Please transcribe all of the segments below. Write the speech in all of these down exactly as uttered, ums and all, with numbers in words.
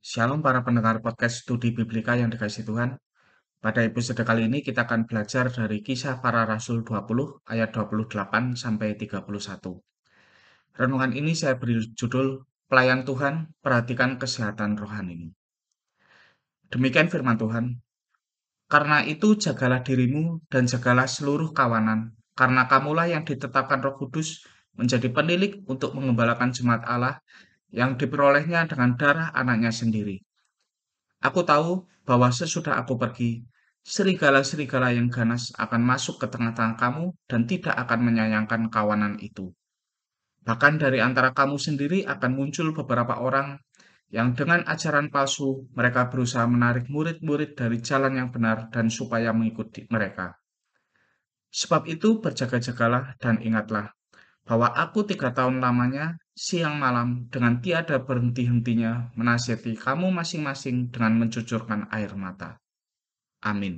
Shalom para pendengar podcast Studi Biblika yang dikasihi Tuhan. Pada episode kali ini kita akan belajar dari Kisah Para Rasul dua puluh ayat dua puluh delapan sampai tiga puluh satu. Renungan ini saya beri judul Pelayan Tuhan, Perhatikan Kesehatan Rohanimu. Demikian firman Tuhan. Karena itu jagalah dirimu dan jagalah seluruh kawanan, karena kamulah yang ditetapkan Roh Kudus menjadi penilik untuk mengembalakan jemaat Allah yang diperolehnya dengan darah anaknya sendiri. Aku tahu bahwa sesudah aku pergi, serigala-serigala yang ganas akan masuk ke tengah-tengah kamu dan tidak akan menyayangkan kawanan itu. Bahkan dari antara kamu sendiri akan muncul beberapa orang yang dengan ajaran palsu mereka berusaha menarik murid-murid dari jalan yang benar dan supaya mengikuti mereka. Sebab itu berjaga-jagalah dan ingatlah bahwa aku tiga tahun lamanya siang malam dengan tiada berhenti-hentinya menasihati kamu masing-masing dengan mencucurkan air mata. Amin.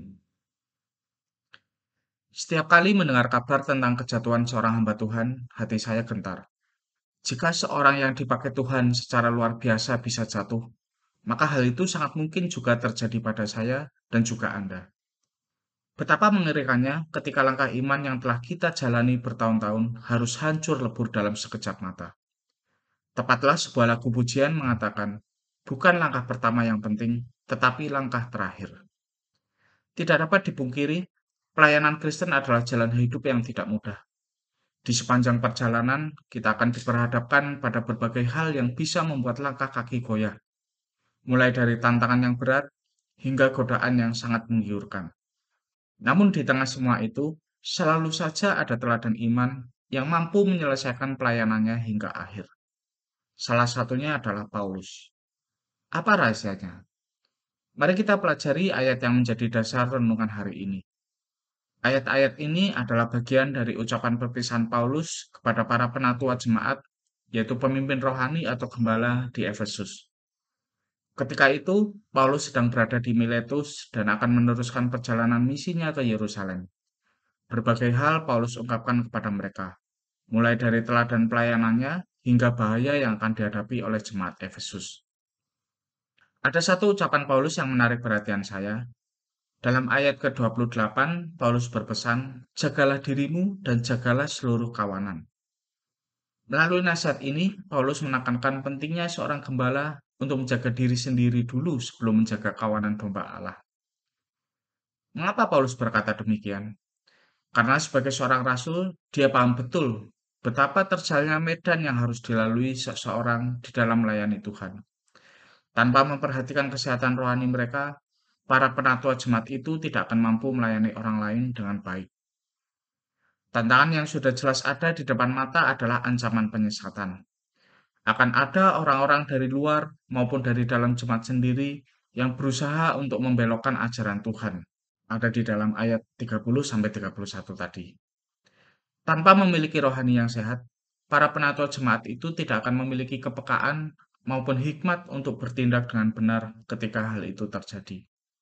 Setiap kali mendengar kabar tentang kejatuhan seorang hamba Tuhan, hati saya gentar. Jika seorang yang dipakai Tuhan secara luar biasa bisa jatuh, maka hal itu sangat mungkin juga terjadi pada saya dan juga Anda. Betapa mengerikannya ketika langkah iman yang telah kita jalani bertahun-tahun harus hancur lebur dalam sekejap mata. Tepatlah sebuah lagu pujian mengatakan, bukan langkah pertama yang penting, tetapi langkah terakhir. Tidak dapat dipungkiri, pelayanan Kristen adalah jalan hidup yang tidak mudah. Di sepanjang perjalanan, kita akan diperhadapkan pada berbagai hal yang bisa membuat langkah kaki goyah, mulai dari tantangan yang berat hingga godaan yang sangat menggiurkan. Namun di tengah semua itu, selalu saja ada teladan iman yang mampu menyelesaikan pelayanannya hingga akhir. Salah satunya adalah Paulus. Apa rahasianya? Mari kita pelajari ayat yang menjadi dasar renungan hari ini. Ayat-ayat ini adalah bagian dari ucapan perpisahan Paulus kepada para penatua jemaat, yaitu pemimpin rohani atau gembala di Efesus. Ketika itu, Paulus sedang berada di Miletus dan akan meneruskan perjalanan misinya ke Yerusalem. Berbagai hal Paulus ungkapkan kepada mereka, mulai dari teladan pelayanannya hingga bahaya yang akan dihadapi oleh jemaat Efesus. Ada satu ucapan Paulus yang menarik perhatian saya. Dalam ayat ke dua puluh delapan, Paulus berpesan, jagalah dirimu dan jagalah seluruh kawanan. Melalui nasihat ini, Paulus menekankan pentingnya seorang gembala untuk menjaga diri sendiri dulu sebelum menjaga kawanan domba Allah. Mengapa Paulus berkata demikian? Karena sebagai seorang rasul, dia paham betul betapa terjalnya medan yang harus dilalui seseorang di dalam melayani Tuhan. Tanpa memperhatikan kesehatan rohani mereka, para penatua jemaat itu tidak akan mampu melayani orang lain dengan baik. Tantangan yang sudah jelas ada di depan mata adalah ancaman penyesatan. Akan ada orang-orang dari luar maupun dari dalam jemaat sendiri yang berusaha untuk membelokkan ajaran Tuhan. Ada di dalam ayat tiga puluh sampai tiga puluh satu tadi. Tanpa memiliki rohani yang sehat, para penatua jemaat itu tidak akan memiliki kepekaan maupun hikmat untuk bertindak dengan benar ketika hal itu terjadi.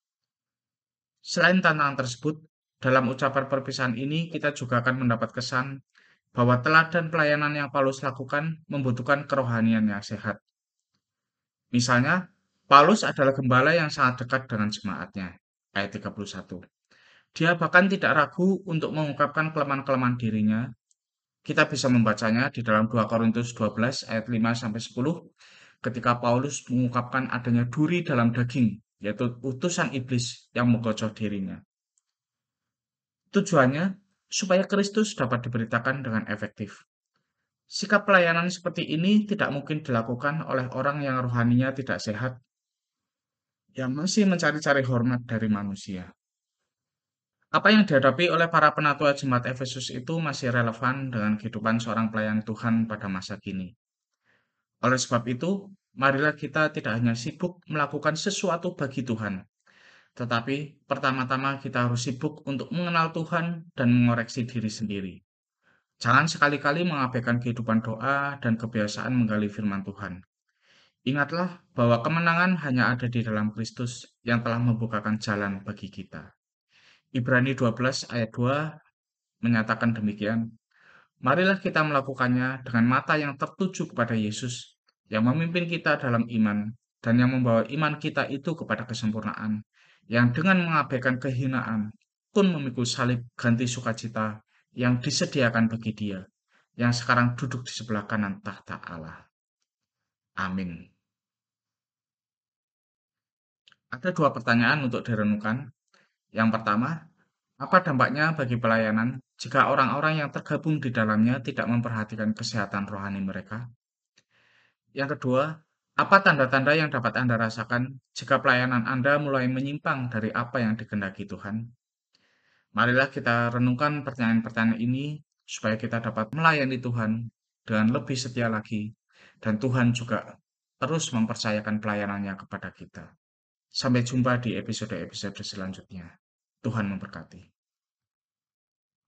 Selain tantangan tersebut, dalam ucapan perpisahan ini kita juga akan mendapat kesan bahwa teladan pelayanan yang Paulus lakukan membutuhkan kerohanian yang sehat. Misalnya, Paulus adalah gembala yang sangat dekat dengan jemaatnya. Ayat tiga puluh satu. Dia bahkan tidak ragu untuk mengungkapkan kelemahan-kelemahan dirinya. Kita bisa membacanya di dalam dua Korintus dua belas ayat lima sampai sepuluh ketika Paulus mengungkapkan adanya duri dalam daging, yaitu utusan iblis yang menggocok dirinya. Tujuannya supaya Kristus dapat diberitakan dengan efektif. Sikap pelayanan seperti ini tidak mungkin dilakukan oleh orang yang rohaninya tidak sehat, yang masih mencari-cari hormat dari manusia. Apa yang dihadapi oleh para penatua jemaat Efesus itu masih relevan dengan kehidupan seorang pelayan Tuhan pada masa kini. Oleh sebab itu, marilah kita tidak hanya sibuk melakukan sesuatu bagi Tuhan, tetapi pertama-tama kita harus sibuk untuk mengenal Tuhan dan mengoreksi diri sendiri. Jangan sekali-kali mengabaikan kehidupan doa dan kebiasaan menggali firman Tuhan. Ingatlah bahwa kemenangan hanya ada di dalam Kristus yang telah membukakan jalan bagi kita. Ibrani dua belas ayat dua menyatakan demikian. Marilah kita melakukannya dengan mata yang tertuju kepada Yesus yang memimpin kita dalam iman dan yang membawa iman kita itu kepada kesempurnaan, yang dengan mengabaikan kehinaan pun memikul salib ganti sukacita yang disediakan bagi Dia, yang sekarang duduk di sebelah kanan tahta Allah. Amin. Ada dua pertanyaan untuk direnungkan. Yang pertama, apa dampaknya bagi pelayanan jika orang-orang yang tergabung di dalamnya tidak memperhatikan kesehatan rohani mereka? Yang kedua, apa tanda-tanda yang dapat Anda rasakan jika pelayanan Anda mulai menyimpang dari apa yang dikehendaki Tuhan? Marilah kita renungkan pertanyaan-pertanyaan ini supaya kita dapat melayani Tuhan dengan lebih setia lagi dan Tuhan juga terus mempercayakan pelayanannya kepada kita. Sampai jumpa di episode-episode selanjutnya. Tuhan memberkati.